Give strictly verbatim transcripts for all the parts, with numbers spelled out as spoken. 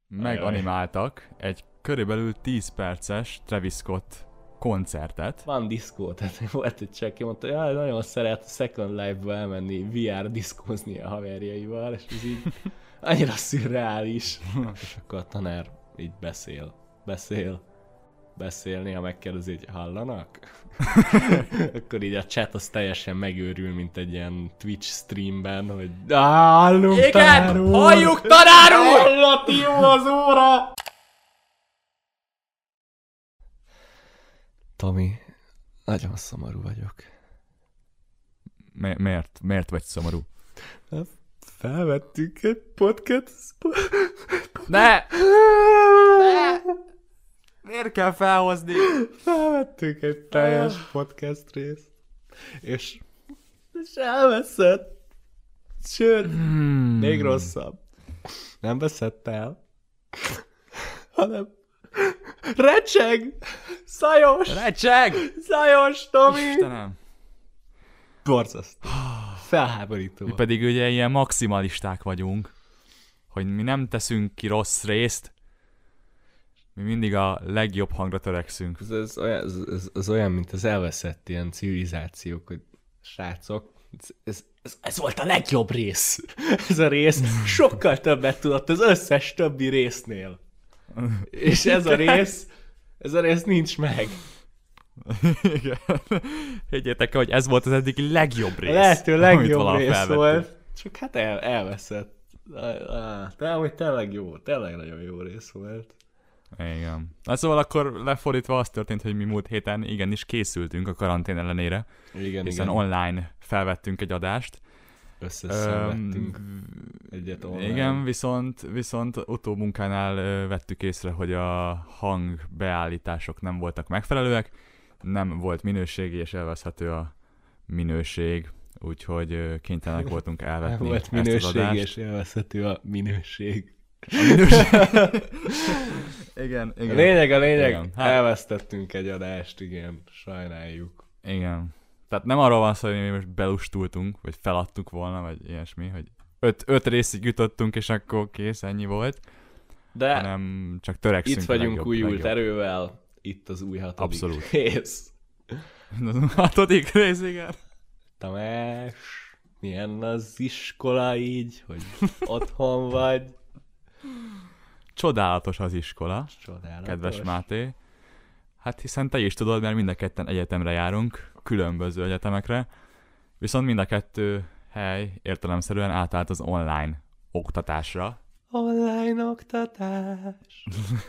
meganimáltak egy körülbelül tíz perces Travis Scott koncertet. Van diszkó, tehát volt egy cseh, aki mondta, hogy nagyon szeret a Second Life-ba elmenni vé er diszkózni a haverjaival, és ez így annyira szürreális. És akkor a tanár így beszél, beszél, beszél, néha megkérdezi, hogy hallanak? Akkor így a chat az teljesen megőrül, mint egy ilyen Twitch streamben, hogy hallunk, tanár úr! Halljuk, tanár úr! Hallati jó az óra! Tomi, nagyon szomorú vagyok. Mi- miért? Miért vagy szomorú? Felvettük egy podcast. Ne! Ne! Miért kell felhozni? Felvettük egy teljes podcast részt. És, és elveszett. Sőt, Hmm. még rosszabb. Nem veszett el, hanem recseg! Szajos! Recseg! Szajos, Tomi! Istenem. Borzasztó. Felháborító. Mi pedig ugye ilyen maximalisták vagyunk, hogy mi nem teszünk ki rossz részt, mi mindig a legjobb hangra törekszünk. Ez, ez, olyan, ez, ez, ez olyan, mint az elveszett ilyen civilizációk, hogy srácok, ez, ez, ez, ez volt a legjobb rész. Ez a rész sokkal többet tudott az összes többi résznél. És ez a rész, ez a rész nincs meg. Igen. Higgyétek el, hogy ez volt az eddig legjobb rész. A lehető amit legjobb valaha rész felvettünk. volt, csak hát el, elveszett. De amúgy tényleg jó, tényleg nagyon jó rész volt. Igen. Na szóval akkor lefordítva az történt, hogy mi múlt héten igenis készültünk a karantén ellenére, Igen, hiszen igen. online felvettünk egy adást. Összeszenvedtünk Öm, egyet online. Igen, viszont, viszont utómunkánál ö, vettük észre, hogy a hangbeállítások nem voltak megfelelőek, nem volt minőségi és elveszhető a minőség, úgyhogy ö, kénytelenek voltunk Nem elvetni volt ezt az minőség, adást. és élvezhető a minőség. A minőség. igen, A igen. lényeg, a lényeg, Igen. Hát- elvesztettünk egy adást, igen, sajnáljuk. Igen. Tehát nem arról van szó, hogy mi most belustultunk, vagy feladtuk volna, vagy ilyesmi, hogy öt, öt részig jutottunk, és akkor kész, ennyi volt, De hanem csak törekszünk. itt a vagyunk legjobb, újult legjobb. erővel, itt az új hatodik Abszolút. rész. A hatodik rész, igen. Tamás, milyen az iskola így, hogy otthon vagy? Csodálatos az iskola, Csodálatos. kedves Máté. Hát hiszen te is tudod, mert mind a ketten egyetemre járunk, különböző egyetemekre, viszont mind a kettő hely értelemszerűen átállt az online oktatásra. Online oktatás.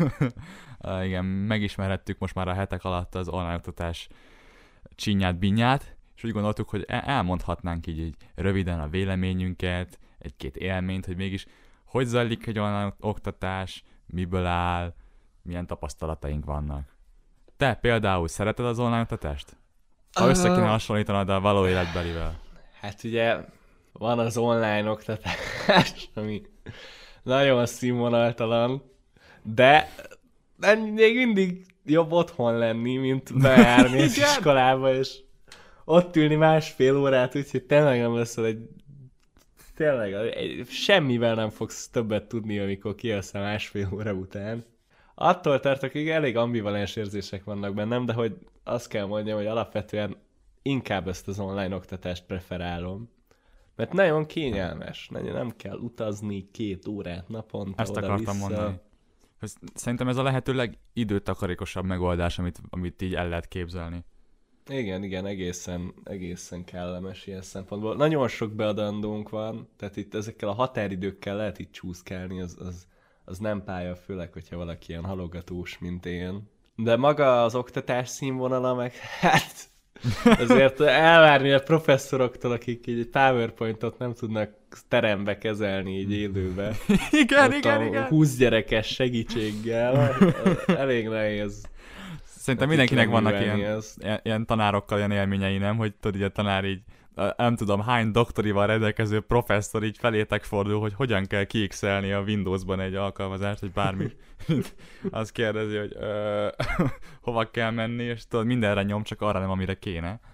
uh, igen, megismerhettük most már a hetek alatt az online oktatás csinyát, binyát, és úgy gondoltuk, hogy el- elmondhatnánk így, így röviden a véleményünket, egy-két élményt, hogy mégis hogy zajlik egy online oktatás, miből áll, milyen tapasztalataink vannak. Te például szereted az online oktatást? Ha össze kéne hasonlítanod a való életbelivel. Hát ugye van az online oktatás, ami nagyon színvonaltalan, de de még mindig jobb otthon lenni, mint bejárni az Igen. iskolába, és ott ülni másfél órát, úgyhogy tényleg nem leszel egy tényleg egy, semmivel nem fogsz többet tudni, amikor kijössz a másfél óra után. Attól tartok, hogy elég ambivalens érzések vannak bennem, de hogy azt kell mondjam, hogy alapvetően inkább ezt az online oktatást preferálom. Mert nagyon kényelmes, nagyon nem kell utazni két órát naponta Ezt oda-vissza. akartam mondani. Ez- Szerintem ez a lehető legidőtakarékosabb megoldás, amit, amit így el lehet képzelni. Igen, igen, egészen, egészen kellemes ilyen szempontból. Nagyon sok beadandónk van, tehát itt ezekkel a határidőkkel lehet itt csúszkálni, az, az, az nem pálya, főleg, hogyha valaki ilyen halogatós, mint én. De maga az oktatás színvonala meg, hát azért elvárni a professzoroktól, akik így egy PowerPointot nem tudnak terembe kezelni így élőbe. Igen, Ott igen, a igen. húsz gyerekes segítségel, elég nehéz. Szerintem Hát itt mindenkinek vannak megművelni ilyen, ezt. ilyen, ilyen tanárokkal ilyen élményei, nem? Hogy tudod, így a tanár így, a- nem tudom, hány doktorival rendelkező professzor így felétek fordul, hogy hogyan kell kiixelni a Windowsban egy alkalmazást, vagy bármi. Azt kérdezi, hogy ö, hova kell menni, és tudod, mindenre nyom, csak arra nem, amire kéne.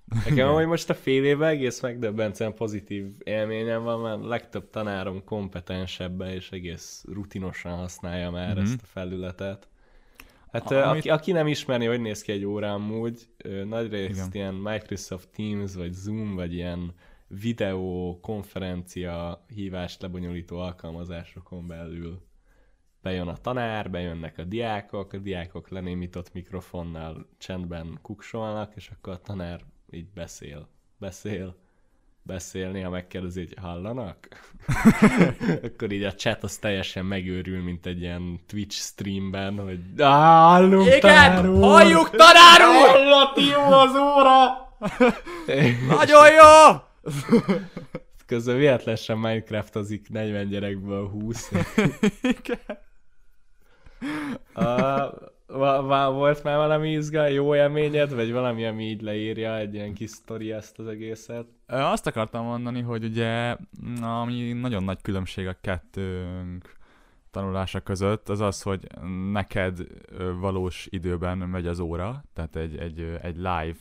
Nekem amúgy most a fél évben egész megdöbbentően pozitív élményem van, mert a legtöbb tanárom kompetensebben és egész rutinosan használja már mm-hmm. ezt a felületet. Hát a, amit... aki, aki nem ismerni, hogy néz ki egy óra amúgy, nagyrészt ilyen Microsoft Teams, vagy Zoom, vagy ilyen videó, konferencia hívást lebonyolító alkalmazásokon belül bejön a tanár, bejönnek a diákok, a diákok lenémított mikrofonnal csendben kuksolnak, és akkor a tanár így beszél, beszél, beszél, néha megkérdezi, hogy hallanak? Akkor így a chat az teljesen megőrül, mint egy ilyen Twitch streamben, hogy hallunk, tanár úr! Halljuk, tanár úr! Hallati jó az óra! Nagyon jó! Közben véletlenül Minecraftozik negyven gyerekből húsz. Igen. Uh, va- va- volt már valami izgal, jó élményed, vagy valami, ami így leírja egy ilyen kis sztori ezt az egészet? Azt akartam mondani, hogy ugye ami nagyon nagy különbség a kettőnk tanulása között, az az, hogy neked valós időben megy az óra, tehát egy, egy, egy live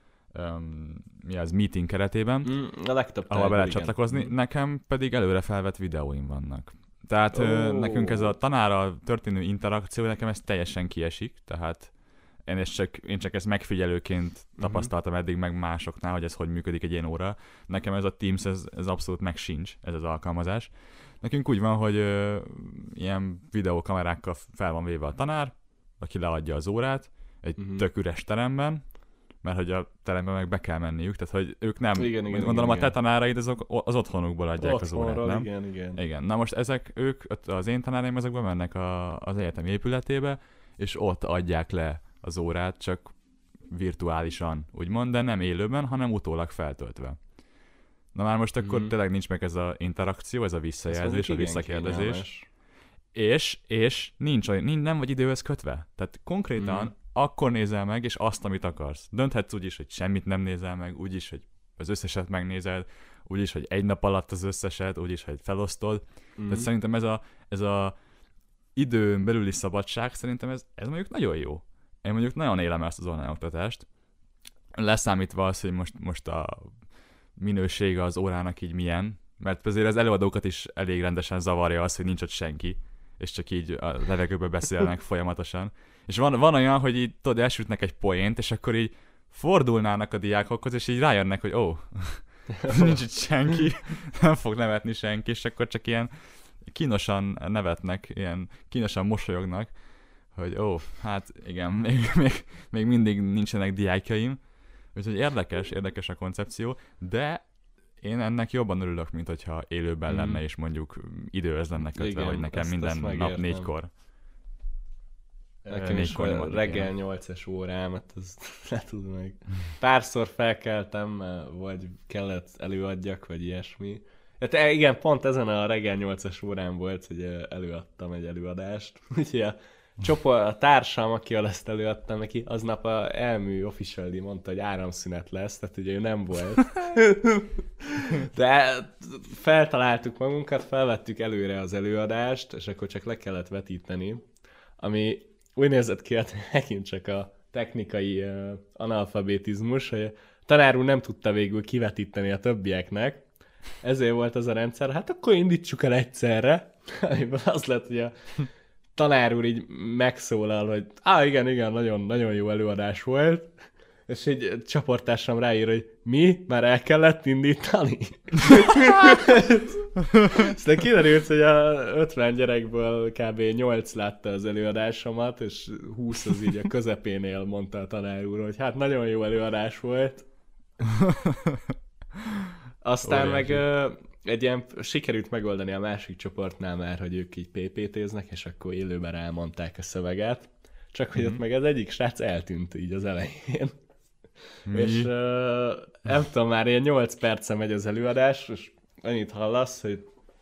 um, mi az, meeting keretében, mm, a legtöbb ahol be lehet csatlakozni, nekem pedig előre felvett videóim vannak. Tehát oh. nekünk ez a tanárral történő interakció, nekem ez teljesen kiesik, tehát én, ezt csak, én csak ezt megfigyelőként tapasztaltam eddig meg másoknál, hogy ez hogy működik egy ilyen óra. Nekem ez a Teams, ez, ez abszolút meg sincs, ez az alkalmazás. Nekünk úgy van, hogy ö, ilyen videókamerákkal fel van véve a tanár, aki leadja az órát egy uh-huh. tök üres teremben, mert hogy a teremben meg be kell menniük, tehát hogy ők nem, igen, igen, gondolom igen, a te tanáraid azok az otthonukból adják Otthonról, az órát, nem? Igen, igen. Igen, na most ezek, ők, az én tanáraim azok bemennek a, az egyetem épületébe, és ott adják le az órát, csak virtuálisan, úgymond, de nem élőben, hanem utólag feltöltve. Na már most akkor mm-hmm. tényleg nincs meg ez az interakció, ez a visszajelzés, a visszakérdezés. És, és nincs, nincs, nem vagy időhöz kötve. Tehát konkrétan mm. akkor nézel meg, és azt, amit akarsz. Dönthetsz úgy is, hogy semmit nem nézel meg, úgy is, hogy az összeset megnézed, úgy is, hogy egy nap alatt az összeset, úgy is, hogy felosztod. Mm. Tehát szerintem ez a, ez a időn belüli szabadság, szerintem ez, ez mondjuk nagyon jó. Én mondjuk nagyon élem ezt az online oktatást. Leszámítva az, hogy most, most a minősége az órának így milyen, mert azért az előadókat is elég rendesen zavarja az, hogy nincs ott senki, és csak így a levegőbe beszélnek folyamatosan. És van, van olyan, hogy így tudod, elsütnek egy poént, és akkor így fordulnának a diákokhoz, és így rájönnek, hogy ó, nincs itt senki, nem fog nevetni senki, és akkor csak ilyen kínosan nevetnek, ilyen kínosan mosolyognak, hogy ó, hát igen, még, még, még mindig nincsenek diákjaim. Úgyhogy érdekes, érdekes a koncepció, de én ennek jobban örülök, mint hogyha élőben mm. lenne, és mondjuk időhöz lenne kötve, igen, hogy nekem ezt, minden ezt nap négykor. Nekem is reggel nyolcas órámat, az ne tud meg. Párszor felkeltem, vagy kellett előadjak, vagy ilyesmi. Hát igen, pont ezen a reggel nyolcas órán volt, hogy előadtam egy előadást. Úgyhogy a csoport, a társam, akivel ezt előadtam neki, aznap a Elmű officially mondta, hogy áramszünet lesz, tehát ugye ő nem volt. De feltaláltuk magunkat, felvettük előre az előadást, és akkor csak le kellett vetíteni, ami úgy nézett ki, hogy megint csak a technikai uh, analfabetizmus, hogy a tanár úr nem tudta végül kivetíteni a többieknek, ezért volt az a rendszer, hát akkor indítsuk el egyszerre, amiben az lett, hogy a tanár úr így megszólal, hogy á, igen, igen, nagyon, nagyon jó előadás volt, és egy csoporttársam ráír, hogy mi? Már el kellett indítani? Aztán kiderült, hogy a ötven gyerekből kb. nyolc látta az előadásomat, és húsz az így a közepénél mondta a tanár úr, hogy hát nagyon jó előadás volt. Aztán Óriási. meg ö, egy ilyen sikerült megoldani a másik csoportnál már, hogy ők így pé pé téznek, és akkor élőben elmondták a szöveget. Csak hogy mm-hmm. ott meg az egyik srác eltűnt így az elején. Mi? És uh, nem tudom, már ilyen nyolc perce megy az előadás, és annyit hallasz, hogy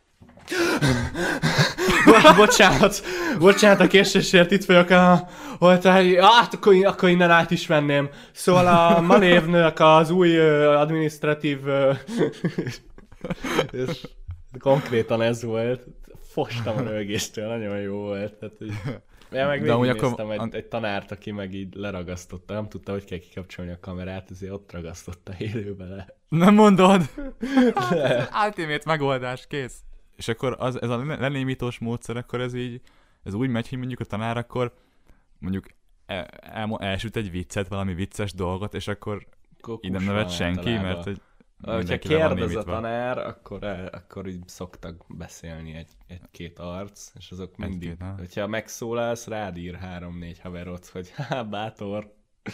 bocsánat, bocsánat a késésért, itt vagyok a oltári, hát akkor, akkor innen át is venném. Szóval a Malévnőnek az új uh, administratív uh, és konkrétan ez volt. fostam a rögéstől, nagyon jó volt. Tehát, hogy... Én meg De végignéztem akkor... egy, egy tanárt, aki meg így leragasztotta, nem tudta, hogy kell kikapcsolni a kamerát, ezért ott ragasztotta élőbe le. Nem mondod? Ultimate megoldás, kész. És akkor az, ez a lenémítós módszer, akkor ez így, ez úgy megy, hogy mondjuk a tanár akkor mondjuk el, el, elsüt egy viccet, valami vicces dolgot, és akkor így nem nevet senki, mert hogy ha kérdez a tanár, akkor, el, akkor így szoktak beszélni egy, egy-két arc, és azok mindig, egy-két, hogyha megszólalsz, rád ír három-négy haverot, hogy há, bátor.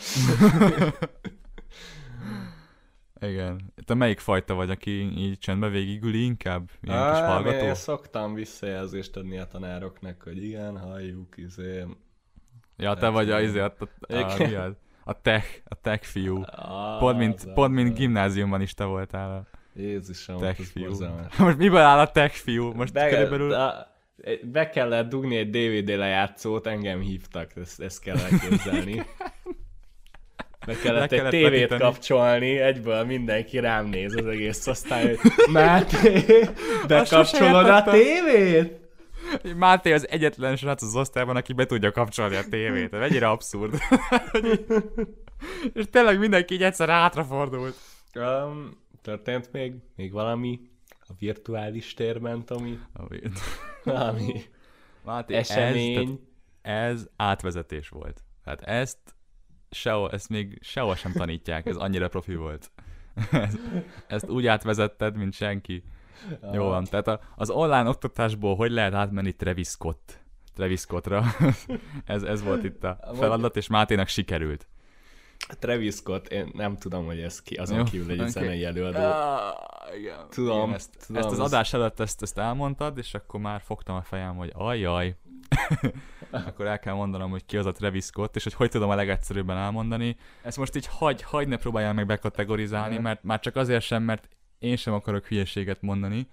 Igen. Te melyik fajta vagy, aki így csendben végigüli inkább? Ilyen Á, kis hallgató? Én szoktam visszajelzést adni a tanároknak, hogy igen, halljuk, izé. Ja, te vagy a, izé, a, a, a, a, a tech, a tech fiú. Ah, pont, mint, pont mint gimnáziumban is te voltál a Jézusom, tech fiú. Most miből áll a tech fiú? Most be, körülbelül... Da, be kellett dugni egy dé vé dé lejátszót, engem hívtak, ezt, ezt kell elképzelni. Be kellett, kellett egy tévét vetíteni. Kapcsolni, egyből mindenki rám néz az egész osztály, hogy Máté, bekapcsolod a tévét? Máté az egyetlen srác az osztályban, aki be tudja kapcsolni a tévét. Ez ennyire abszurd. És tényleg mindenki így egyszer hátrafordult. Um, történt még, még valami a virtuális térben, Tomi? A virt... Valami Máté, esemény. Ez, ez átvezetés volt. Hát ezt sehol, ezt még sehol sem tanítják, ez annyira profi volt. Ezt úgy átvezetted, mint senki. Ah. Jó van, tehát a, az online oktatásból hogy lehet átmenni Travis Scott, Travis Scottra? ez, ez volt itt a feladat, és Máténak sikerült. Travis Scott, én nem tudom, hogy ez ki, azon kívül egy okay. zenei előadó. Ah, igen. Tudom, igen, ezt, tudom, ezt az ez... adás előtt ezt, ezt elmondtad, és akkor már fogtam a fejem, hogy ajjaj. Akkor el kell mondanom, hogy ki az a Travis Scott, és hogy hogy tudom a legegyszerűbben elmondani. Ezt most így hagy, hagy ne próbáljál meg bekategorizálni, mert már csak azért sem, mert én sem akarok hülyeséget mondani,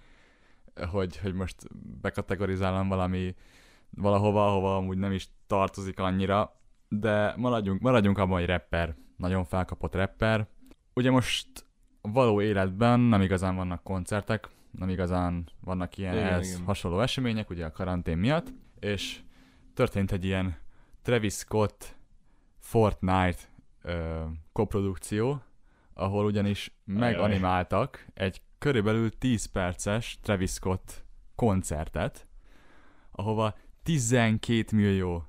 hogy, hogy most bekategorizálom valami valahova, ahova amúgy nem is tartozik annyira, de maradjunk, maradjunk abban, hogy rapper, nagyon felkapott rapper. Ugye most való életben nem igazán vannak koncertek, nem igazán vannak ilyen igen, ehhez igen. hasonló események, ugye a karantén miatt, és történt egy ilyen Travis Scott Fortnite ö, koprodukció, ahol ugyanis meganimáltak egy körülbelül tíz perces Travis Scott koncertet, ahova tizenkét millió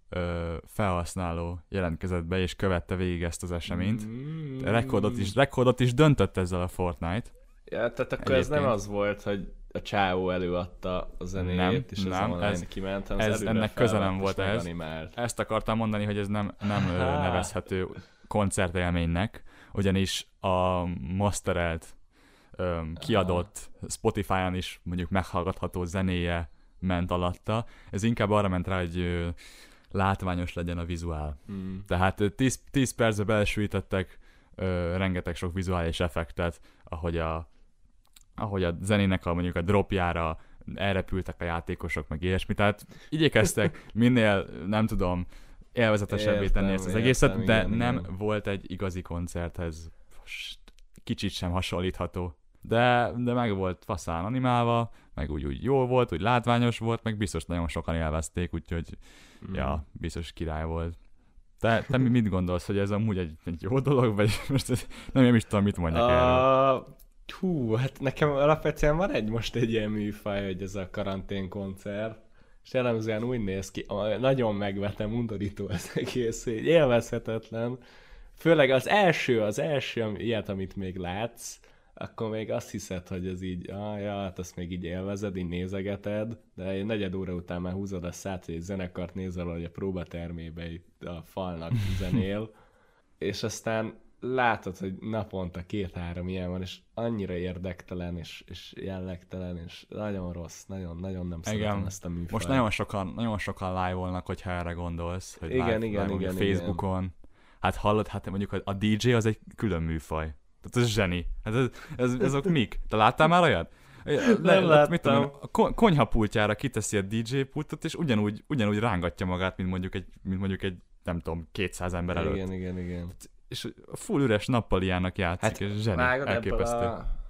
ö, felhasználó jelentkezett be, és követte végig ezt az eseményt. Mm. Rekordot is, rekordot is döntött ezzel a Fortnite. Ja, tehát akkor egyébként. Ez nem az volt, hogy a csávó előadta a zenét, nem, és az online ez, kiment, hanem ez ennek köze nem volt ehhez. Ezt akartam mondani, hogy ez nem, nem nevezhető koncertélménynek, ugyanis a masterelt, öm, kiadott Spotify-on is mondjuk meghallgatható zenéje ment alatta. Ez inkább arra ment rá, hogy ö, látványos legyen a vizuál. Mm. Tehát tíz percbe belesülítettek ö, rengeteg sok vizuális effektet, ahogy a, ahogy a zenének a, mondjuk a dropjára elrepültek a játékosok, meg ilyesmi. Tehát igyekeztek minél, nem tudom, élvezetesebbé tenni ezt az értem, egészet, de igen, nem igen. volt egy igazi koncerthez kicsit sem hasonlítható. De, de meg volt faszán animálva, meg úgy, úgy jó volt, úgy látványos volt, meg biztos nagyon sokan élvezték, úgyhogy mm. ja, biztos király volt. Te, te mit gondolsz, hogy ez amúgy egy, egy jó dolog, vagy most ez, nem, nem is tudom, mit mondjak uh, erről. Hú, hát nekem alapvetően van egy most egy ilyen műfaj, hogy ez a karantén koncert, és jellemzően úgy néz ki, nagyon megvetem, undorító ez egész, hogy élvezhetetlen. Főleg az első, az első ilyet, amit még látsz, akkor még azt hiszed, hogy ez így, ah, ja, hát azt még így élvezed, így nézegeted, de egy negyed óra után már húzod a szát, hogy egy zenekart nézel, hogy a próbatermébe itt a falnak zenél, és aztán látod, hogy naponta két-három ilyen van, és annyira érdektelen, és, és jellegtelen, és nagyon rossz, nagyon, nagyon nem igen. szeretem ezt a műfajt. Most nagyon sokan, nagyon sokan live-olnak, hogyha erre gondolsz, hogy igen, live, igen, live igen, a Facebookon. Igen. Hát hallod, hát mondjuk a dé dzsé az egy külön műfaj. Tehát ez zseni. Hát ez, ez, ezok mik? Te láttál már olyat? Le, nem láttam. Mit tudom, a konyhapultjára kiteszi a dé dzsé pultot, és ugyanúgy, ugyanúgy rángatja magát, mint mondjuk egy, mint mondjuk egy nem tudom, kétszáz ember előtt. Igen, igen, igen. És full üres nappaliának játszik, hát, és zseni, elképesztő. A,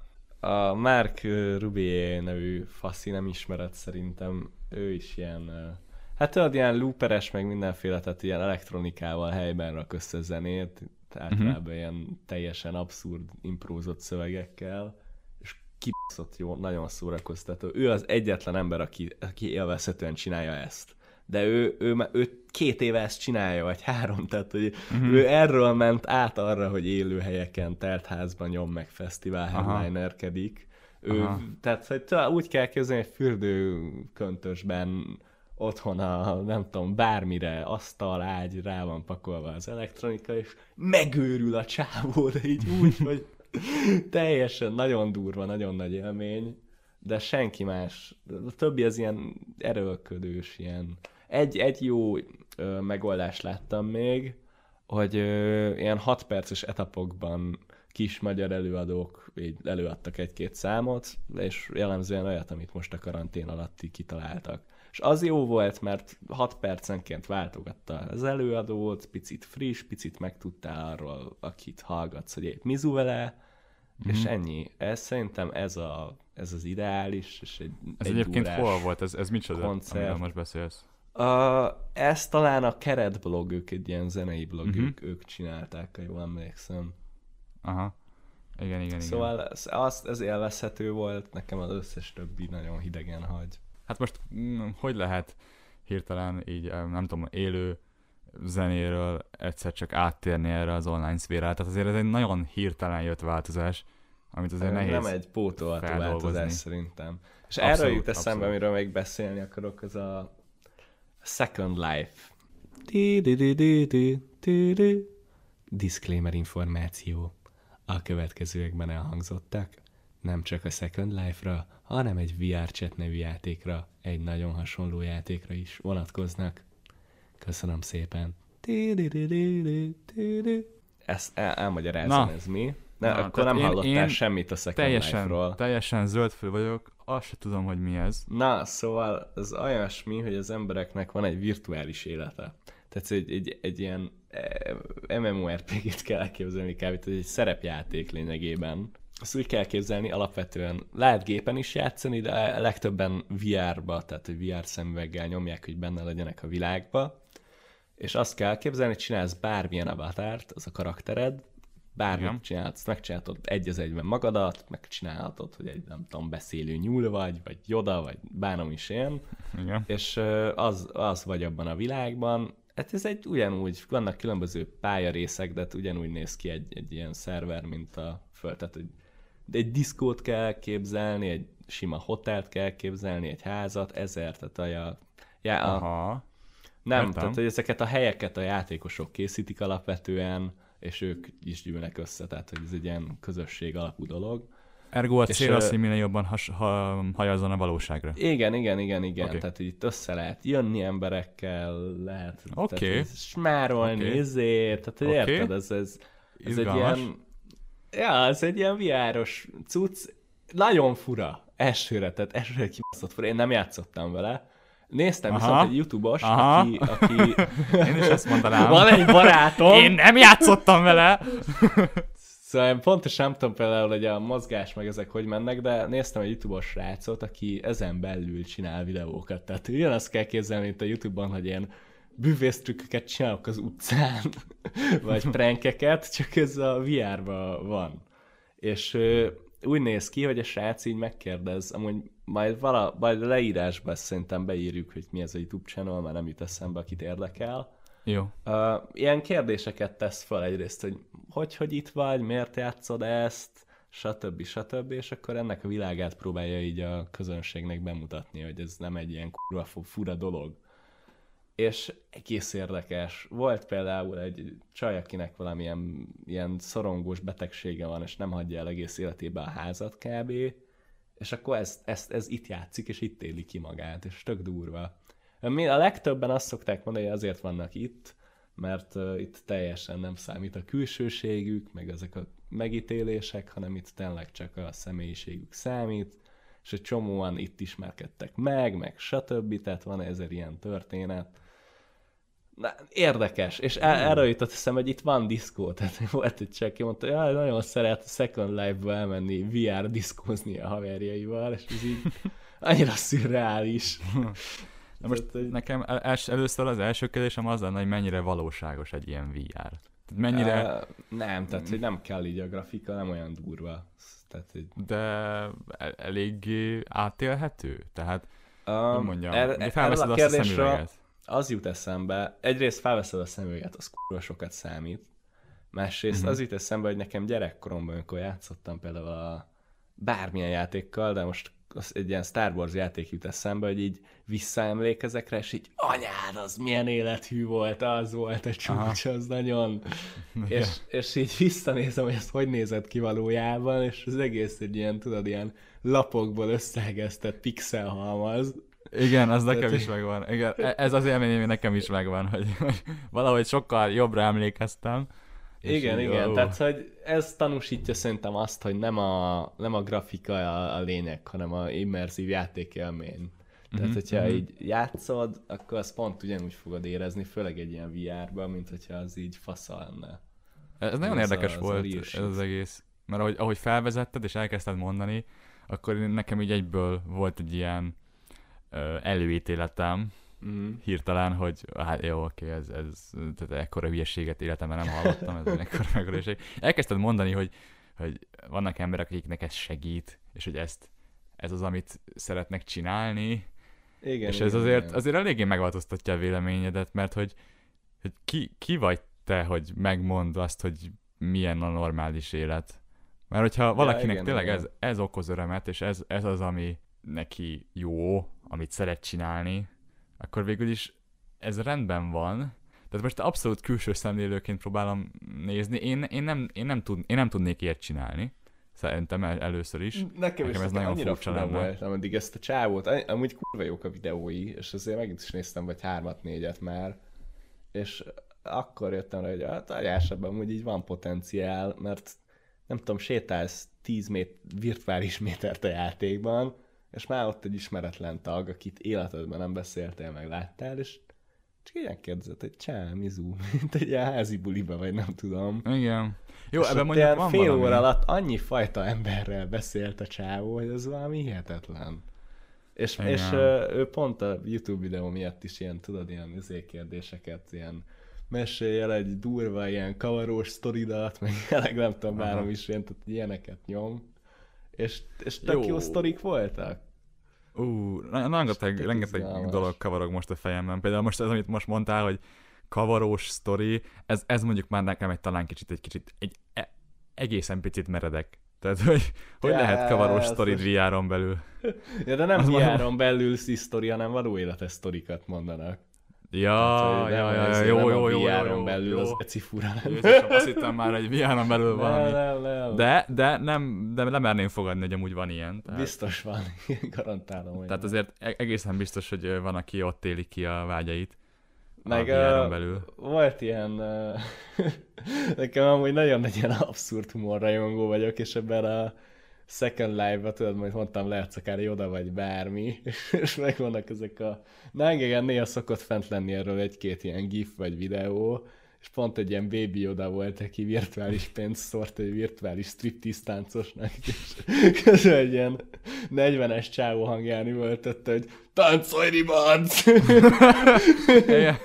A Mark Rubier nevű faszi, nem ismered szerintem, ő is ilyen, hát tudod, ilyen looperes, meg mindenféle, tehát ilyen elektronikával helyben rak össze zenét, általában uh-huh. ilyen teljesen abszurd imprózott szövegekkel, és kibaszott jó, nagyon szórakoztató. Ő az egyetlen ember, aki, aki élvezhetően csinálja ezt. De ő, ő, ő, ő két éve ezt csinálja, vagy három, tehát hogy uh-huh. ő erről ment át arra, hogy élőhelyeken, teltházban nyom meg fesztivál headlinerkedik. Ő, tehát hogy úgy kell képzelni, hogy fürdőköntösben otthon a, nem tudom, bármire, asztal, ágy, rá van pakolva az elektronika, és megőrül a csávó, de így úgy, hogy teljesen nagyon durva, nagyon nagy élmény, de senki más. A többi az ilyen erőlködős, ilyen. Egy, egy jó ö, megoldást láttam még, hogy ö, ilyen hat perces etapokban kis magyar előadók így előadtak egy-két számot, és jellemzően olyat, amit most a karantén alatt kitaláltak. És az jó volt, mert hat percenként váltogatta az előadót, picit friss, picit megtudtál arról, akit hallgatsz, hogy épp mizu vele, mm-hmm. és ennyi. Ez szerintem ez, a, ez az ideális, és egy Ez egy egyébként hol volt? Ez, ez micsoda, amiről most beszélsz? Uh, ezt talán a Keretblog, ők egy ilyen zenei blog, uh-huh. ők, ők csinálták, ha jól emlékszem. Aha. Igen, igen, szóval igen. Ez, az, ez élvezhető volt, nekem az összes többi nagyon hidegen hagy. Hát most hogy lehet hirtelen így, nem tudom, élő zenéről egyszer csak áttérni erre az online szférára? Tehát azért ez egy nagyon hirtelen jött változás, amit azért nem, nehéz Nem egy pótolható változás szerintem. És abszolút, erről jut eszembe, abszolút. Amiről még beszélni akarok, az a Second Life. Disclaimer információ. A következőekben elhangzottak. Nem csak a Second Life-ra, hanem egy vé er Chat nevű játékra, egy nagyon hasonló játékra is vonatkoznak. Köszönöm szépen. Ezt el- elmagyarázom, ez mi? Ne, Na, akkor nem én, hallottál én semmit a Second teljesen, Life-ról. Teljesen zöldfő vagyok, azt se tudom, hogy mi ez. Na, szóval ez olyasmi, hogy az embereknek van egy virtuális élete. Tehát egy, egy, egy ilyen em em o er pé gét kell elképzelni kb. Egy szerepjáték lényegében. Azt úgy kell képzelni, alapvetően lehet gépen is játszani, de legtöbben vé er-ba, tehát hogy vé er szemüveggel nyomják, hogy benne legyenek a világba. És azt kell képzelni, hogy csinálsz bármilyen avatárt, az a karaktered, bármit csinálsz, megcsinálhatod egy az egyben magadat, megcsinálhatod, hogy egy, nem tudom, beszélő nyúl vagy, vagy Yoda, vagy bánom is én, Igen. és az, az vagy abban a világban. Hát ez egy ugyanúgy, vannak különböző pályarészek, de hát ugyanúgy néz ki egy, egy ilyen szerver, mint a föld. Tehát, hogy egy diszkót kell képzelni, egy sima hotelt kell képzelni, egy házat, ezer, tehát a... Ja, a Aha. nem, Értem. tehát hogy ezeket a helyeket a játékosok készítik alapvetően, és ők is gyűlnek össze, tehát hogy ez egy ilyen közösség alapú dolog. Ergo a És, cél az, ö, hogy minél jobban has, ha, hajazzon a valóságra. Igen, igen, igen, igen. Okay. Tehát hogy itt össze lehet jönni emberekkel, lehet Okay. smárolni, Okay. ezért, tehát hogy Okay. érted, ez, ez, ez egy Izgalmas. ilyen, ja, ez egy ilyen vé er-os cucc, nagyon fura, elsőre, tehát elsőre kibaszott fura, én nem játszottam vele. Néztem Aha. viszont egy YouTube-os, Aha. aki, aki... Én is ezt mondanám. Van egy barátom. Én nem játszottam vele! Szóval én pontosan nem tudom például, hogy a mozgás meg ezek hogy mennek, de néztem egy YouTube-os srácot, aki ezen belül csinál videókat. Tehát ugyanazt kell képzelni itt a YouTube-on, hogy ilyen bűvésztrükköket csinálok az utcán, vagy prankeket, csak ez a vé er-ban van. És ö, úgy néz ki, hogy a srác így megkérdez, amúgy majd, vala, majd a leírásba ezt szerintem beírjuk, hogy mi ez a YouTube channel, már nem jut eszembe, akit érdekel. Jó. Uh, ilyen kérdéseket tesz fel egyrészt, hogy hogy, hogy itt vagy, miért játszod ezt, stb. stb. És akkor ennek a világát próbálja így a közönségnek bemutatni, hogy ez nem egy ilyen kurva fura dolog. És egész érdekes. Volt például egy csaj, akinek valamilyen ilyen szorongós betegsége van, és nem hagyja el egész életében a házat kb. És akkor ez, ez, ez itt játszik, és itt éli ki magát, és tök durva. A legtöbben azt szokták mondani, hogy azért vannak itt, mert uh, itt teljesen nem számít a külsőségük, meg ezek a megítélések, hanem itt tényleg csak a személyiségük számít, és egy csomóan itt ismerkedtek meg, meg stb. Tehát van ezer ilyen történet. Na, érdekes, és el, erről jutott eszembe, hogy itt van diszkó, tehát volt egy csak, aki mondta, hogy nagyon szeret a Second Life-ba elmenni vé er diszkózni a haverjaival, és ez így annyira szürreális. Na most tehát, hogy... nekem els, először az első kérdésem az lenne, hogy mennyire valóságos egy ilyen vé er. Tehát mennyire... Uh, nem, tehát hogy nem kell így a grafika, nem olyan durva. Tehát, hogy... De el, eléggé átélhető? Tehát, um, hogy mondjam, er, felveszed azt a szemüveget. Az jut eszembe, egyrészt felveszed a szemüveget, az kurva sokat számít. Másrészt uh-huh. az jut eszembe, hogy nekem gyerekkoromban, amikor játszottam például a bármilyen játékkal, de most egy ilyen Star Wars játék jut eszembe, hogy így visszaemlékezek rá, és így anyád, az milyen élethű volt, az volt a csúcs, az nagyon... és, és így visszanézem, hogy ezt hogy nézett ki valójában, és az egész egy ilyen, tudod, ilyen lapokból összeegesztett pixelhalmaz. Igen, az nekem is megvan. Igen, ez az élmény, ami nekem is megvan, hogy, hogy valahogy sokkal jobbra emlékeztem. Igen, így, igen, ó. tehát hogy ez tanúsítja szerintem azt, hogy nem a, nem a grafika a, a lényeg, hanem a immerzív játékélmény. Mm-hmm. Tehát, hogyha mm-hmm. így játszod, akkor azt pont ugyanúgy fogod érezni, főleg egy ilyen vé er-ben, mint hogyha az így fasza lenne. Ez nagyon ez érdekes a, volt ez az egész, mert ahogy, ahogy felvezetted és elkezdted mondani, akkor nekem így egyből volt egy ilyen ö, előítéletem, Mm. hirtelen, hogy hát jó, oké, ez, ez tehát ekkora hülyeséget életemben nem hallottam, ez ekkora megoldáség. Elkezdted mondani, hogy, hogy vannak emberek, akiknek ez segít, és hogy ezt, ez az, amit szeretnek csinálni, igen, és ez igen, azért, igen. azért eléggé megváltoztatja a véleményedet, mert hogy, hogy ki, ki vagy te, hogy megmondd azt, hogy milyen a normális élet. Mert hogyha valakinek ja, igen, tényleg igen. Ez, ez okoz örömet, és ez, ez az, ami neki jó, amit szeret csinálni, akkor végül is ez rendben van. Tehát most abszolút külső szemlélőként próbálom nézni. Én, én, nem, én, nem, tud, én nem tudnék ilyet csinálni. Szerintem el, először is. Nekem, Nekem is ez nagyon furcsa lenne. Volt, ameddig ezt a csávót, amúgy kurva jók a videói, és azért megint is néztem vagy hármat, négyet már, és akkor jöttem rá, hogy hát agyásabban amúgy így van potenciál, mert nem tudom, sétálsz tíz mét, virtuális métert a játékban, és már ott egy ismeretlen tag, akit életedben nem beszéltél, meg láttál, és csak ilyen kérdezett, hogy csá, mizu, mint egy ilyen házi buliba, vagy nem tudom. Igen. Jó, ebben mondjuk van fél valami. óra alatt annyi fajta emberrel beszélt a csávó, hogy ez valami hihetetlen. És, és ő pont a YouTube videó miatt is ilyen, tudod, ilyen kérdéseket, ilyen mesélj el egy durva, ilyen kavarós sztoridat, meg jelenleg nem tudom, várom is ilyen, tehát ilyeneket nyom. És, és tök jó. jó sztorik voltak. Ú, uh, rengeteg, rengeteg dolog kavarog most a fejemben. Például most ez, amit most mondtál, hogy kavarós sztori, ez, ez mondjuk már nekem egy talán kicsit, egy kicsit, egy e, egészen picit meredek. Tehát, hogy, hogy ja, lehet kavarós sztorid vé er-on belül? Ja, de nem vé er-on belül sztori, hanem való életes sztorikat mondanak. Ja, hát, ja, ja, ja, jó, jó, jó, vé er-on jó, belül jó. az eci fura. Jézusom, azt hittem már, hogy vé er-on belül valami. Nem, nem. De, de nem, de nem merném fogadni, hogy amúgy van ilyen. Tehát... Biztos van, garantálom. Hogy tehát azért egészen biztos, hogy van, aki ott éli ki a vágyait. Meg a vé er-on belül. Volt ilyen... Uh, nekem amúgy nagyon egy ilyen abszurd humorrajongó vagyok, és ebben a Second Life-ba, tudod, majd mondtam, lehetsz akár Yoda vagy bármi, és megvannak ezek a... Na engem néha szokott fent lenni erről egy-két ilyen gif vagy videó, és pont egy ilyen baby Yoda volt, aki virtuális pénzt szórt egy virtuális striptease táncosnak, és közben egy ilyen negyvenes csávó hangján üvöltötte, hogy táncolj, ribanc! Igen,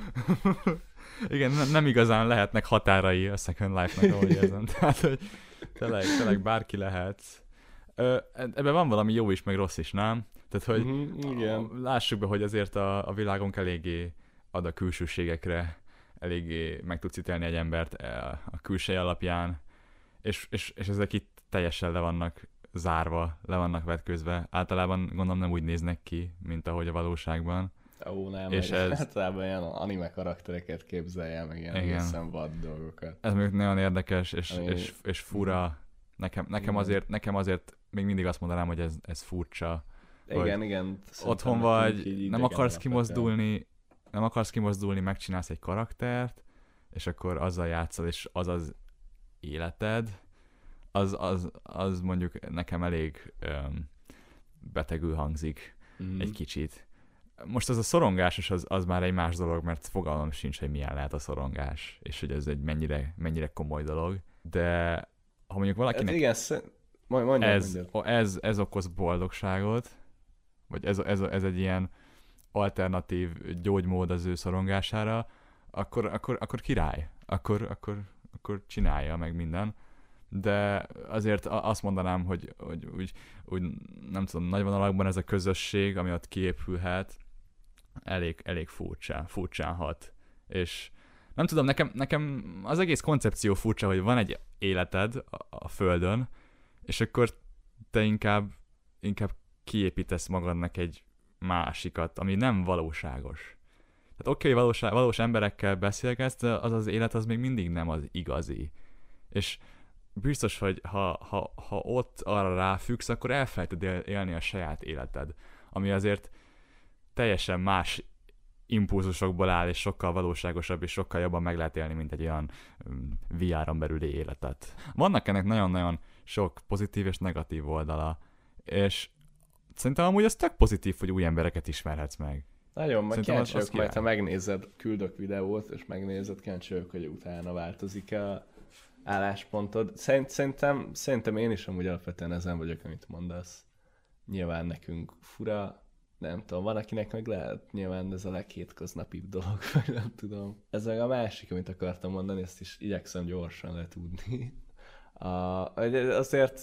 Igen nem, nem igazán lehetnek határai a Second Life-nak, ahogy érzem. Tehát, hogy tényleg, tényleg bárki lehet. Ö, ebben van valami jó is, meg rossz is, nem? Tehát, hogy mm-hmm, igen. A, lássuk be, hogy azért a, a világunk eléggé ad a külsőségekre, eléggé meg tudsz ítélni egy embert a külseje alapján, és, és, és ezek itt teljesen le vannak zárva, le vannak vetközve. Általában gondolom nem úgy néznek ki, mint ahogy a valóságban. Ó, nem, és ez... általában ilyen anime karaktereket képzelje, meg ilyen egészen vad dolgokat. Ez még nagyon érdekes, és, Ami... és, és fura. Nekem, nekem, azért, nekem azért még mindig azt mondanám, hogy ez, ez furcsa. Igen, igen. Otthon vagy, nem akarsz kimozdulni, nem akarsz kimozdulni, megcsinálsz egy karaktert, és akkor azzal játszol, és az az életed, az, az, az mondjuk nekem elég um, betegül hangzik mm. egy kicsit. most az a szorongásos az, az már egy más dolog, mert fogalmam sincs, hogy milyen lehet a szorongás, és hogy ez egy mennyire, mennyire komoly dolog, de ha mondjuk valakinek Hát igen, sz... mondjam, ez, mondjam. ez, ez okoz boldogságot, vagy ez, ez, ez egy ilyen alternatív gyógymód az ő szorongására, akkor, akkor, akkor király, akkor, akkor, akkor csinálja meg minden. De azért azt mondanám, hogy, hogy úgy, úgy nem tudom, nagy vonalakban ez a közösség, ami ott kiépülhet, elég, elég furcsa, furcsán hat. És nem tudom, nekem, nekem az egész koncepció furcsa, hogy van egy életed a, a Földön, és akkor te inkább, inkább kiépítesz magadnak egy másikat, ami nem valóságos. Tehát oké, okay, valós, valós emberekkel beszélgetsz, de az az élet az még mindig nem az igazi. És biztos, hogy ha, ha, ha ott arra ráfüggsz, akkor elfelejted élni a saját életed, ami azért teljesen más impulzusokból áll, és sokkal valóságosabb, és sokkal jobban meg lehet élni, mint egy olyan vé er-on belüli életet. Vannak ennek nagyon-nagyon sok pozitív és negatív oldala, és szerintem amúgy az tök pozitív, hogy új embereket ismerhetsz meg. Nagyon, meg kíváncsi vagyok, majd ha megnézed, küldök videót, és megnézed, kíváncsi vagyok, hogy utána változik a álláspontod. Szerint, szerintem, szerintem én is amúgy alapvetően ezen vagyok, amit mondasz. Nyilván nekünk fura, nem tudom, van akinek meg lehet, nyilván ez a leghétköznapibb dolog, vagy nem tudom. Ez meg a másik, amit akartam mondani, ezt is igyekszem gyorsan letudni. A, azért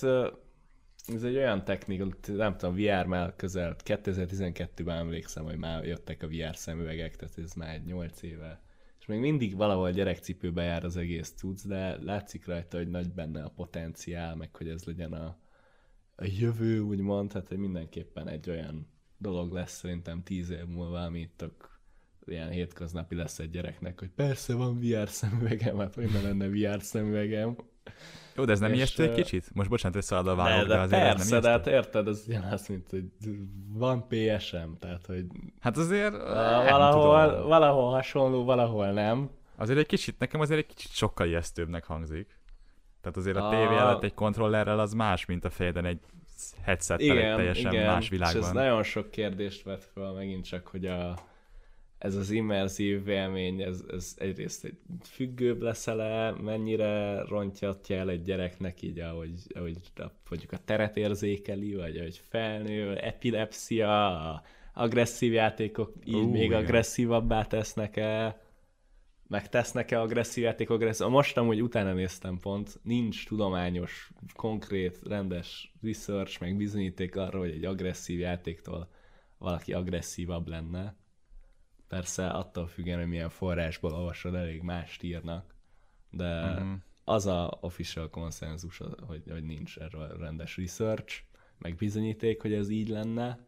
ez egy olyan technika, nem tudom, vé er már közel, kétezer-tizenkettőben emlékszem, hogy már jöttek a vé er szemüvegek, tehát ez már egy nyolc éve. És még mindig valahol gyerekcipőbe jár az egész cucc, de látszik rajta, hogy nagy benne a potenciál, meg hogy ez legyen a, a jövő, úgymond, tehát hogy mindenképpen egy olyan dolog lesz szerintem tíz év múlva, ami tök ilyen hétköznapi lesz egy gyereknek, hogy persze van vé er szemüvegem, hát hogy ne lenne vé er szemüvegem. Jó, de ez nem és, ijesztő egy kicsit? Most bocsánat, hogy szabad a vágok, de, de azért persze, ez nem de hát ijesztő? érted, ez ugyanaz, mint hogy van pé es em, tehát hogy Hát azért... valahol, valahol hasonló, valahol nem. Azért egy kicsit, nekem azért egy kicsit sokkal ijesztőbbnek hangzik. Tehát azért a, a... tévé A... előtt egy kontrollerrel az más, mint a fejeden egy headsettel egy teljesen igen, más világban. És ez nagyon sok kérdést vet fel megint csak, hogy a, ez az immerzív élmény, ez, ez egyrészt egy függőbb leszel-e, mennyire rontjatja el egy gyereknek így, ahogy, ahogy mondjuk a teret érzékeli, vagy ahogy felnő, epilepszia, agresszív játékok így uh, még igen. agresszívabbá tesznek-e, meg tesznek-e agresszív játékok, agresszív. Most amúgy utána néztem pont, nincs tudományos, konkrét, rendes research, meg bizonyíték arra, hogy egy agresszív játéktól valaki agresszívabb lenne. Persze attól függően, hogy milyen forrásból olvasod, elég mást írnak, de uh-huh. az a official konszenzus, hogy, hogy nincs erről rendes research, meg bizonyíték, hogy ez így lenne,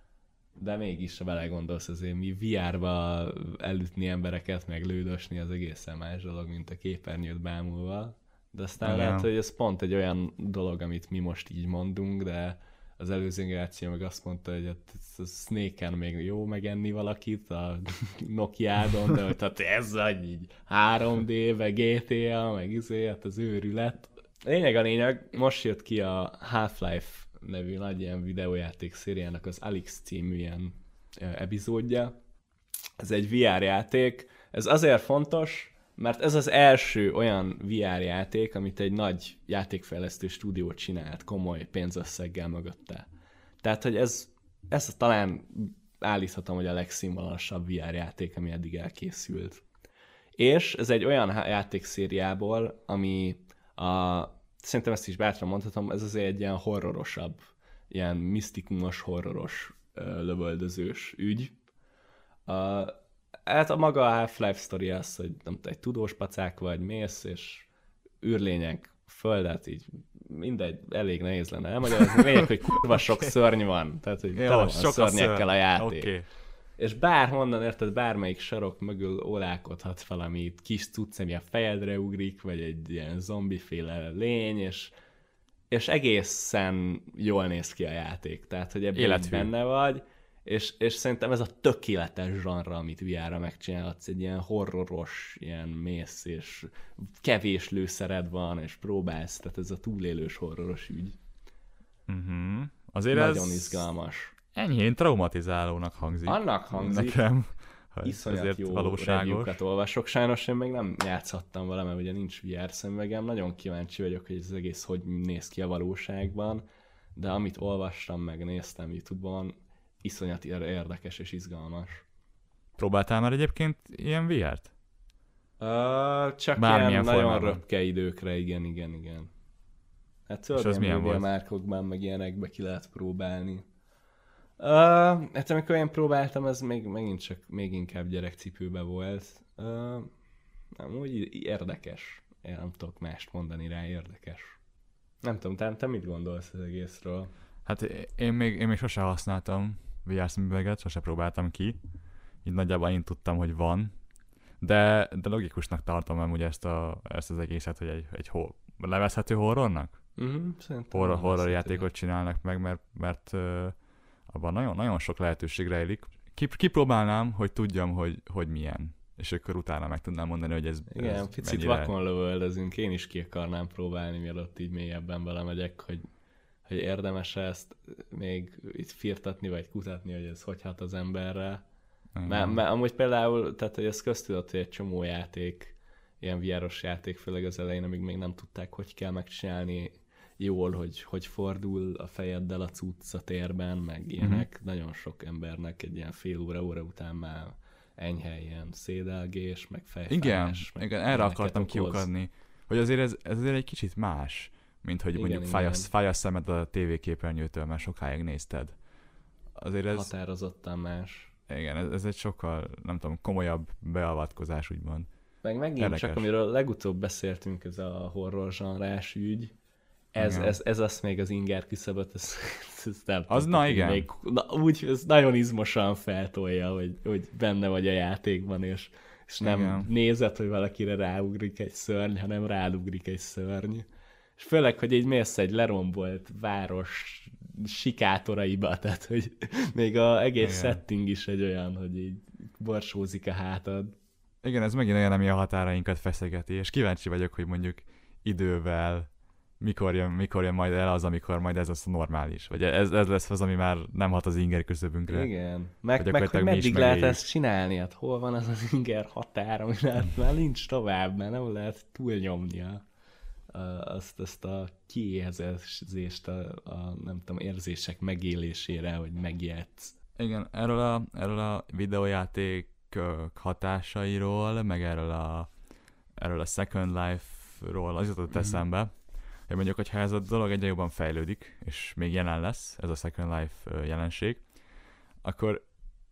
de mégis, ha belegondolsz, azért mi vé er-ba elütni embereket, meg lődösni, az egészen más dolog, mint a képernyőt bámulva. De aztán uh-huh. lehet, hogy ez pont egy olyan dolog, amit mi most így mondunk, de az előző generáció meg azt mondta, hogy a Snake-en még jó megenni valakit a Nokia-don, de hogy tehát ez vagy így három dé, meg gé té á, meg izé, hát az őrület. Lényeg a lényeg, most jött ki a Half-Life nevű nagy ilyen videójáték szériának az Alyx című ilyen epizódja. Ez egy vé er játék. Ez azért fontos, mert ez az első olyan vé er játék, amit egy nagy játékfejlesztő stúdió csinált komoly pénzösszeggel mögötte. Tehát, hogy ez, ez talán állíthatom, hogy a legszínvonalasabb vé er játék, ami eddig elkészült. És ez egy olyan játékszériából, ami a, szerintem ezt is bátran mondhatom, ez azért egy ilyen horrorosabb, ilyen misztikumos, horroros, lövöldözős ügy. A, Hát a maga a Half-Life sztori az, hogy nem tudom, egy tudós pacák vagy, mész, és űrlények, földet, így mindegy, elég nehéz lenne elmagyarázni. Lényeg, hogy kurva sok szörny van, tehát hogy tele van szörnyekkel a játék. Okay. És bárhonnan, érted, bármelyik sarok mögül ólálkodhatsz valami kis cucc, ami a fejedre ugrik, vagy egy ilyen zombiféle lény, és, és egészen jól néz ki a játék. Tehát, hogy ebben benne vagy. És, és szerintem ez a tökéletes zsanra, amit vé er-re megcsinálhatsz, egy ilyen horroros, ilyen mész, és kevés lőszered van, és próbálsz, tehát ez a túlélős horroros ügy. Uh-huh. Azért nagyon ez... izgalmas. enyhén traumatizálónak hangzik. Annak hangzik. Nekem. Iszonyat jó review-kat olvasok. Sajnos én még nem játszhattam vele, mert ugye nincs vé er szemüvegem. Nagyon kíváncsi vagyok, hogy ez egész hogy néz ki a valóságban, de amit olvastam, meg néztem YouTube-on, iszonyat érdekes és izgalmas. Próbáltál már egyébként ilyen vé er-t? Uh, csak Bármilyen ilyen nagyon formában. röpke időkre, igen, igen, igen. Hát És az milyen volt? márkokban, meg ilyenekbe ki lehet próbálni. Uh, hát amikor én próbáltam, ez még megint csak még inkább gyerekcipőbe volt. Uh, nem, úgy érdekes. Én nem tudok mást mondani rá, érdekes. Nem tudom, te, te mit gondolsz az egészről? Hát én még, én még sose használtam vé er szemüveget, sose próbáltam ki. Így nagyjából én tudtam, hogy van. De, de logikusnak tartom amúgy ezt, a, ezt az egészet, hogy egy, egy hor, levezhető horrornak? Uh-huh, Horror, horror játékot csinálnak meg, mert, mert uh, abban nagyon, nagyon sok lehetőség rejlik. Kipróbálnám, hogy tudjam, hogy, hogy milyen. És akkor utána meg tudnám mondani, hogy ez igen, ez picit mennyire... vakon lövöldözünk. Én is ki akarnám próbálni, mielőtt így mélyebben belemegyek, hogy, hogy érdemes ezt még itt firtatni, vagy kutatni, hogy ez hogy hat az emberre. Uh-huh. Mert, mert amúgy például, tehát hogy ez köztudott, hogy egy csomó játék, ilyen vé er-os játék, főleg az elején, amíg még nem tudták, hogy kell megcsinálni jól, hogy, hogy fordul a fejeddel a cucc a térben, meg ilyenek. Uh-huh. Nagyon sok embernek egy ilyen fél óra, óra után már enyhe ilyen szédelgés, meg fejfájás. Igen, meg igen erre akartam kiukadni, hogy azért ez, ez azért egy kicsit más, mint hogy igen, mondjuk fáj a, fáj a szemed a tévéképernyőtől, mert sokáig nézted. Azért ez... határozottan más. Igen, ez, ez egy sokkal, nem tudom, komolyabb beavatkozás, úgymond. Meg megint érdekes. Csak amiről legutóbb beszéltünk, ez a horror zsanrás ügy, ez, ez, ez az még az inger küszöböt, ez, ez nem az na igen. Még, na, úgy, ez nagyon izmosan feltolja, hogy, hogy benne vagy a játékban, és, és nem igen. nézed, hogy valakire ráugrik egy szörny, hanem rálugrik egy szörny. És főleg, hogy így mész egy lerombolt város sikátoraiba, tehát hogy még az egész igen. setting is egy olyan, hogy így borsózik a hátad. Igen, ez megint olyan, ami a határainkat feszegeti, és kíváncsi vagyok, hogy mondjuk idővel mikor jön, mikor jön majd el az, amikor majd ez lesz a normális. Vagy ez, ez lesz az, ami már nem hat az inger küszöbünkre. Igen. Meg, meg hogy meddig lehet megéljük. Ezt csinálni? Hát hol van az az inger határ, ami lehet, már nincs tovább, mert nem lehet túlnyomnia azt, azt a kiéhezést, a, a nem tudom, érzések megélésére, hogy megijedsz. Igen, erről a, erről a videójáték hatásairól, meg erről a, erről a Second Life-ról az jutott mm. eszembe, hogy mondjuk, hogyha ez a dolog egyre jobban fejlődik, és még jelen lesz, ez a Second Life jelenség, akkor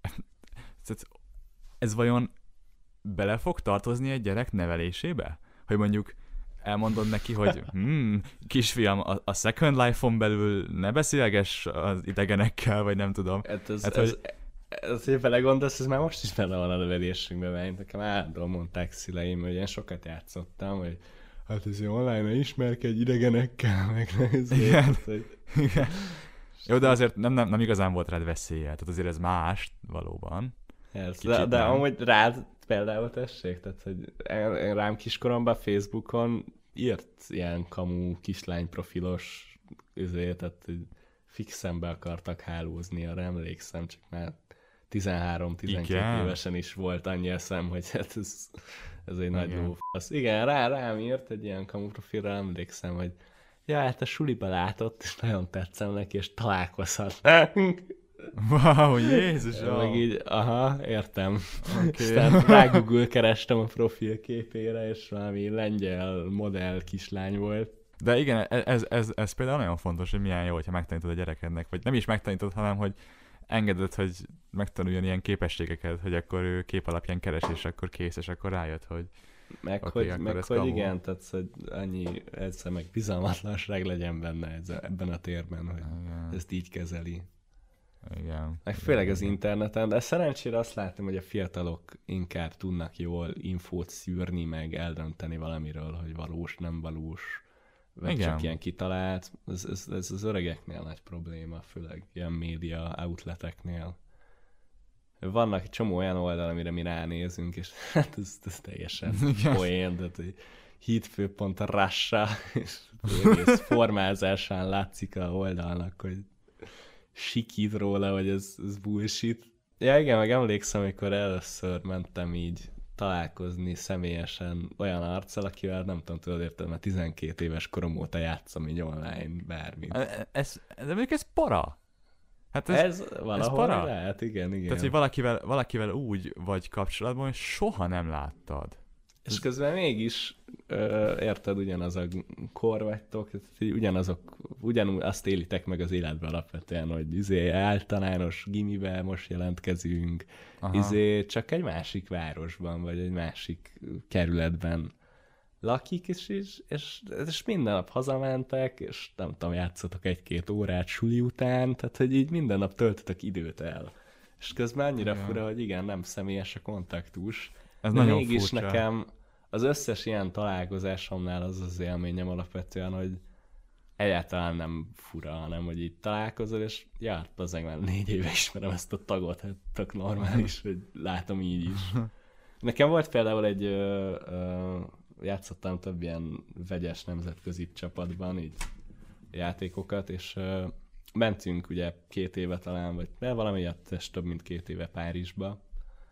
ez vajon bele fog tartozni egy gyerek nevelésébe? Hogy mondjuk elmondod neki, hogy hmm, kisfiam, a, a Second Life-on belül ne beszélgess az idegenekkel, vagy nem tudom. Hát ez, hát, ez, hogy... ez, hogy belegondolsz, ez már most is benne van a nevelésünkben, mert nekem állandóan mondták szüleim, hogy én sokat játszottam, hogy hát ez online ismerkedj idegenekkel, meg nézzék. Igen. Hogy... Igen. Jó, de azért nem, nem, nem igazán volt rád veszélye, tehát azért ez más valóban. Ez, de, de amúgy rád például tessék, tehát hogy én rám kiskoromban Facebookon írt ilyen kamu kislány profilos üzét, tehát hogy fixen be akartak hálózni, arra emlékszem, csak már tizenhárom-tizenkét évesen is volt annyi eszem, hogy hát ez, ez egy nagy lófasz. Igen, rá, rám írt egy ilyen kamu profilra, emlékszem, hogy ja, hát a suliba látott, és nagyon tetszem neki, és találkozhatnánk. Wow, Jézusom! Meg így, aha, értem. Okay. Aztán rá Google kerestem a profil képére, és valami lengyel modell kislány volt. De igen, ez, ez, ez például nagyon fontos, hogy milyen jó, hogyha megtanítod a gyerekednek, vagy nem is megtanítod, hanem hogy engeded, hogy megtanuljon ilyen képességeket, hogy akkor ő kép alapján keres, és akkor kész, és akkor rájött, hogy meg okay, hogy, meg hogy igen, tehát hogy annyi egyszer meg bizalmatlanság legyen benne ez, ebben a térben, hogy igen. Ezt így kezeli. Igen. Meg főleg az interneten, de szerencsére azt látom, hogy a fiatalok inkább tudnak jól infót szűrni, meg eldönteni valamiről, hogy valós, nem valós, vagy igen. Csak ilyen kitalált. Ez, ez, ez az öregeknél nagy probléma, főleg ilyen média outleteknél. Vannak egy csomó olyan oldal, amire mi ránézünk, és hát ez, ez teljesen poén, tehát hogy hitfő.ru és egész formázásán látszik a oldalnak, hogy sikít róla, hogy ez, ez bullshit. Ja igen, meg emlékszem, amikor először mentem így találkozni személyesen olyan arccal, akivel nem tudom, tudod érted, mert tizenkét éves korom óta játszom így online bármit. Ez, de mondjuk ez para. Hát ez, ez valahol ez para. lehet, igen, igen. Tehát, hogy valakivel, valakivel úgy vagy kapcsolatban, hogy soha nem láttad. És közben mégis, ö, érted, ugyanaz a kor vagytok, ugyanazok, ugyanúgy azt élitek meg az életben alapvetően, hogy izé általános gimivel most jelentkezünk, Aha. izé csak egy másik városban, vagy egy másik kerületben lakik, és, és, és, és minden nap hazamentek, és nem tudom, játszotok egy-két órát suli után, tehát hogy így minden nap töltötök időt el. És közben annyira igen. fura, hogy igen, nem személyes a kontaktus, ez de mégis furcsa. Nekem az összes ilyen találkozásomnál az az élményem alapvetően, hogy egyáltalán nem fura, hanem hogy így találkozol, és ja, azért már négy éve ismerem ezt a tagot, hát tök normális, hogy látom így is. Nekem volt például egy, ö, ö, játszottam több ilyen vegyes nemzetközi csapatban, így játékokat, és ö, mentünk ugye két éve talán, vagy valami ez több mint két éve Párizsba,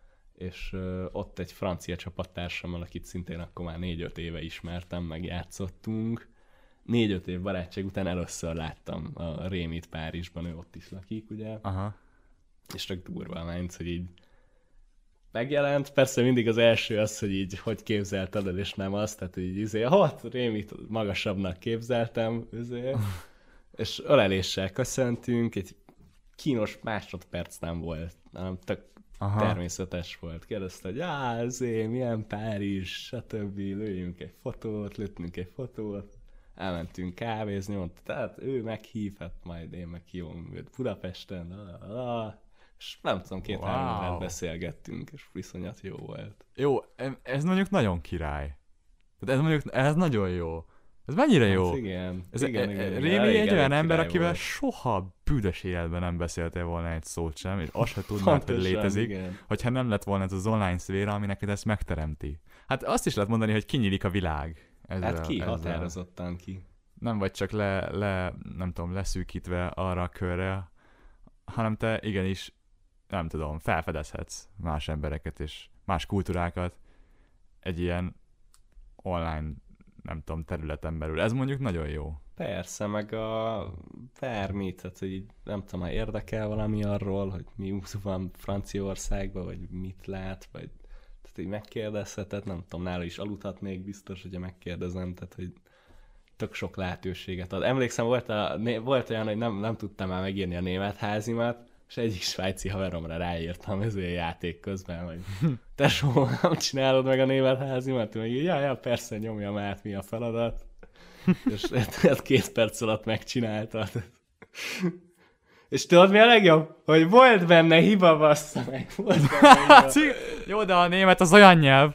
és ö, ott egy francia csapattársammal, akit szintén akkor már négy-öt éve ismertem, meg játszottunk. négy-öt év barátság után először láttam a Rémit Párizsban, ő ott is lakik, ugye? Aha. És tök durva ment, hogy így megjelent. Persze mindig az első az, hogy így hogy képzelted el, és nem azt, tehát így izé, hát Rémit magasabbnak képzeltem, izé. És öleléssel köszöntünk, egy kínos másodperc nem volt, hanem tök Aha. természetes volt. Kérdezte, hogy á, azért, milyen Párizs, stb. Lőjünk egy fotót, lőttünk egy fotót, elmentünk kávézni, mondta, tehát ő meghívhat, majd én meghívom őt Budapesten, la, la, és nem tudom, két-három wow. beszélgettünk, és viszonyat jó volt. Jó, ez mondjuk nagyon király. Tehát ez mondjuk, ez nagyon jó. Ez mennyire jó? Hát igen. Ez igen, igen, igen. Rémi egy olyan ember, akivel volt. Soha büdös életben nem beszéltél volna egy szót sem, és azt se tudnád, hogy létezik, igen. hogyha nem lett volna ez az online szféra, ami neked ezt megteremti. Hát azt is lehet mondani, hogy kinyílik a világ. Ezzel, hát ki, ezzel. határozottan ki. Nem vagy csak le, le, nem tudom, leszűkítve arra a körre, hanem te igenis, nem tudom, felfedezhetsz más embereket és más kultúrákat egy ilyen online, nem tudom, területen belül. Ez mondjuk nagyon jó. Persze, meg a bármit, tehát hogy nem tudom, ha érdekel valami arról, hogy mi van Franciaországban, vagy mit lát, vagy tehát így megkérdezheted, nem tudom, nála is aludhatnék biztos, hogyha megkérdezem, tehát hogy tök sok lehetőséget ad. Emlékszem, volt, a, volt olyan, hogy nem, nem tudtam már megírni a német házimat, és egyik svájci haveromra ráírtam ezért játék közben, hogy tesó, nem csinálod meg a német házimat? Meg így, ja, ja, persze, nyomjam át, mi a feladat. És ezt két perc alatt megcsináltad. És tudod mi a legjobb? Hogy volt benne hiba, bassza meg. Volt benne hiba. Jó, de a német az olyan nyelv.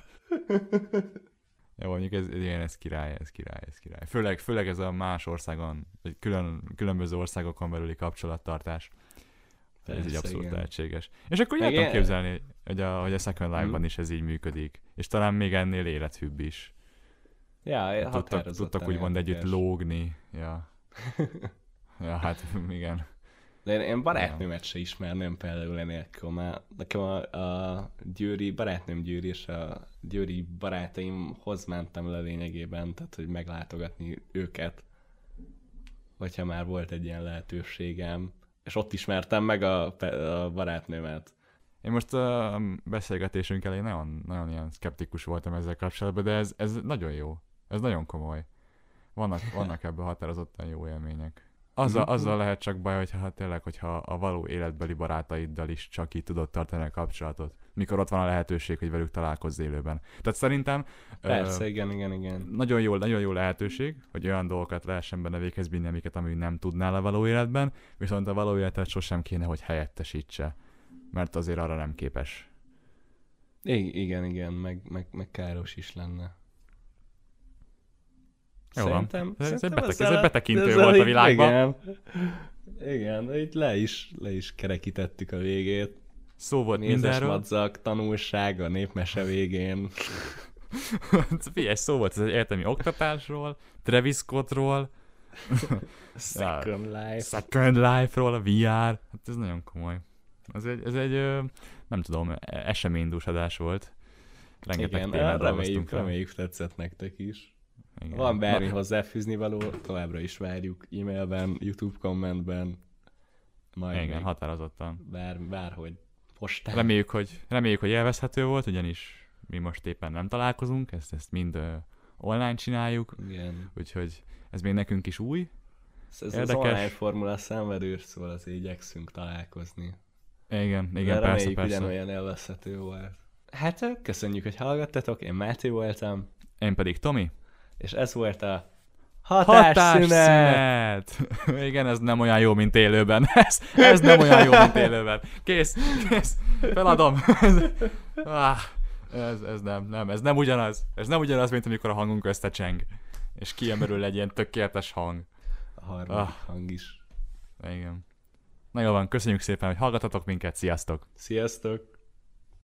Jó, mondjuk ez, igen, ez király, ez király, ez király. Főleg, főleg ez a más országon, vagy külön, különböző országokon belüli kapcsolattartás. Persze, ez így abszolút igen. lehetséges. És akkor úgy tudom képzelni, hogy a, hogy a Second Life-ban hmm. is ez így működik. És talán még ennél élethűbb is. Ja, tudtak, tudtak úgymond együtt lógni. Ja. ja, hát igen. De én, én barátnőmet se ismerném például enélkül, mert nekem a, a Győri, barátnőm Győri, és a Győri barátaimhoz mentem le lényegében, tehát hogy meglátogatni őket, hogyha már volt egy ilyen lehetőségem. És ott ismertem meg a, a barátnőmet. Én most a beszélgetésünk elején nagyon, nagyon ilyen szkeptikus voltam ezzel kapcsolatban, de ez, ez nagyon jó. Ez nagyon komoly. Vannak, vannak ebben határozottan jó élmények. Azzal, azzal lehet csak baj, hogyha hát tényleg, hogyha a való életbeli barátaiddal is csak így tudod tartani a kapcsolatot, mikor ott van a lehetőség, hogy velük találkozz élőben. Tehát szerintem Persze, uh, igen, igen, igen. Nagyon jó, nagyon jó lehetőség, hogy olyan dolgokat lehessen benne véghez vinni, amiket amúgy nem tudnál a való életben, viszont a való életet sosem kéne, hogy helyettesítse, mert azért arra nem képes. I- igen, igen, meg, meg, meg káros is lenne. Jó szerintem, van. Ez, szerintem ez, ez egy betekintő volt a világban. Igen, igen, de itt le is, le is kerekítettük a végét. Szó volt Mézes mindenről. madzag, tanulság a népmese végén. Figyelj, szó volt ez egy egyetemi oktatásról, Travis Scottról, Second Life. Second Life-ról, a vé er. Hát ez nagyon komoly. Ez egy, ez egy ö, nem tudom, eseménydús adás volt. Rengeteg Igen, témát dolgoztunk reméljük, fel. reméljük tetszett nektek is. Igen. Van bármi Na, hozzáfűzni való, továbbra is várjuk e-mailben, YouTube kommentben, majd igen, még határozottan. bár, bárhogy postán. Reméljük, hogy, reméljük, hogy élvezhető volt, ugyanis mi most éppen nem találkozunk, ezt, ezt mind ö, online csináljuk, Igen. úgyhogy ez még nekünk is új. Ez, ez az Érdekes. online formula szenvedő, szóval azért igyekszünk találkozni. Igen, De igen, persze, reméljük persze. ugyanolyan élvezhető volt. Hát köszönjük, hogy hallgattatok, én Máté voltam, Én pedig Tomi. és ez volt a hatásszünet! Hatásszünet! Igen, ez nem olyan jó, mint élőben. Ez, ez nem olyan jó, mint élőben. Kész, kész, feladom. ah, ez, ez nem, nem, ez nem ugyanaz. Ez nem ugyanaz, mint amikor a hangunk összecseng. És kijön belőle egy ilyen tökéletes hang. A harmadik Ah. hang is. Igen. Na jól van, köszönjük szépen, hogy hallgatatok minket, sziasztok! Sziasztok!